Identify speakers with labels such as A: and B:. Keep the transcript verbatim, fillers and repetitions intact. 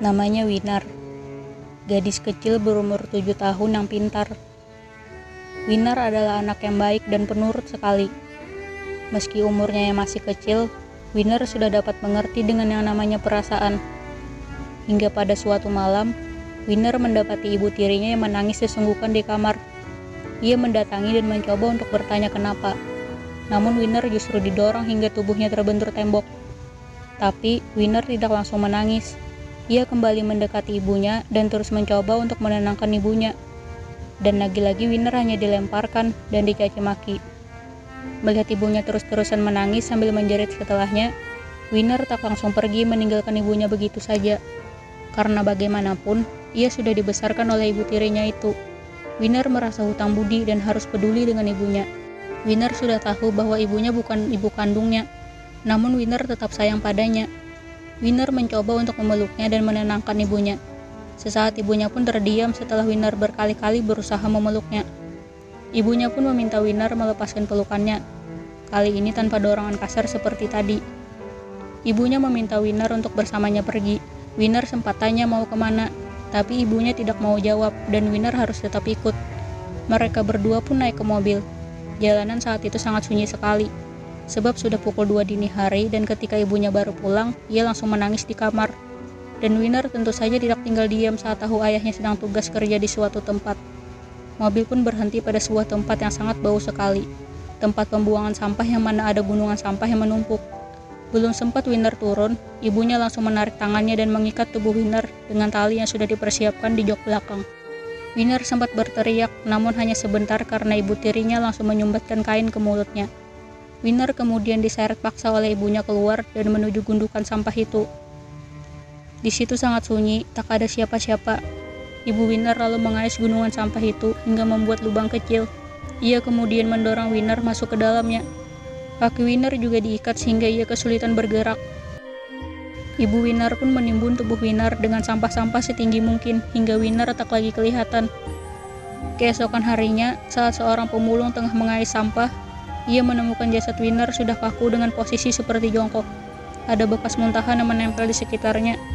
A: Namanya Winar, gadis kecil berumur tujuh tahun yang pintar. Winar adalah anak yang baik dan penurut sekali. Meski umurnya yang masih kecil, Winar sudah dapat mengerti dengan yang namanya perasaan. Hingga pada suatu malam, Winar mendapati ibu tirinya yang menangis sesungguhkan di kamar. Ia mendatangi dan mencoba untuk bertanya kenapa. Namun Winar justru didorong hingga tubuhnya terbentur tembok. Tapi Winar tidak langsung menangis. Ia kembali mendekati ibunya dan terus mencoba untuk menenangkan ibunya. Dan lagi-lagi Winar hanya dilemparkan dan dicaci maki. Melihat ibunya terus-terusan menangis sambil menjerit setelahnya, Winar tak langsung pergi meninggalkan ibunya begitu saja. Karena bagaimanapun, ia sudah dibesarkan oleh ibu tirinya itu. Winar merasa hutang budi dan harus peduli dengan ibunya. Winar sudah tahu bahwa ibunya bukan ibu kandungnya, namun Winar tetap sayang padanya. Winar mencoba untuk memeluknya dan menenangkan ibunya. Sesaat ibunya pun terdiam setelah Winar berkali-kali berusaha memeluknya. Ibunya pun meminta Winar melepaskan pelukannya, kali ini tanpa dorongan kasar seperti tadi. Ibunya meminta Winar untuk bersamanya pergi. Winar sempat tanya mau kemana, tapi ibunya tidak mau jawab dan Winar harus tetap ikut. Mereka berdua pun naik ke mobil. Jalanan saat itu sangat sunyi sekali, sebab sudah pukul dua dini hari dan ketika ibunya baru pulang, ia langsung menangis di kamar. Dan Winar tentu saja tidak tinggal diam saat tahu ayahnya sedang tugas kerja di suatu tempat. Mobil pun berhenti pada sebuah tempat yang sangat bau sekali, tempat pembuangan sampah yang mana ada gunungan sampah yang menumpuk. Belum sempat Winar turun, ibunya langsung menarik tangannya dan mengikat tubuh Winar dengan tali yang sudah dipersiapkan di jok belakang. Winar sempat berteriak, namun hanya sebentar karena ibu tirinya langsung menyumbatkan kain ke mulutnya. Winar kemudian diseret paksa oleh ibunya keluar dan menuju gundukan sampah itu. Di situ sangat sunyi, tak ada siapa-siapa. Ibu Winar lalu mengais gunungan sampah itu hingga membuat lubang kecil. Ia kemudian mendorong Winar masuk ke dalamnya. Kaki Winar juga diikat sehingga ia kesulitan bergerak. Ibu Winar pun menimbun tubuh Winar dengan sampah-sampah setinggi mungkin hingga Winar tak lagi kelihatan. Keesokan harinya, saat seorang pemulung tengah mengais sampah, ia menemukan jasad Winar sudah kaku dengan posisi seperti jongkok. Ada bekas muntahan yang menempel di sekitarnya.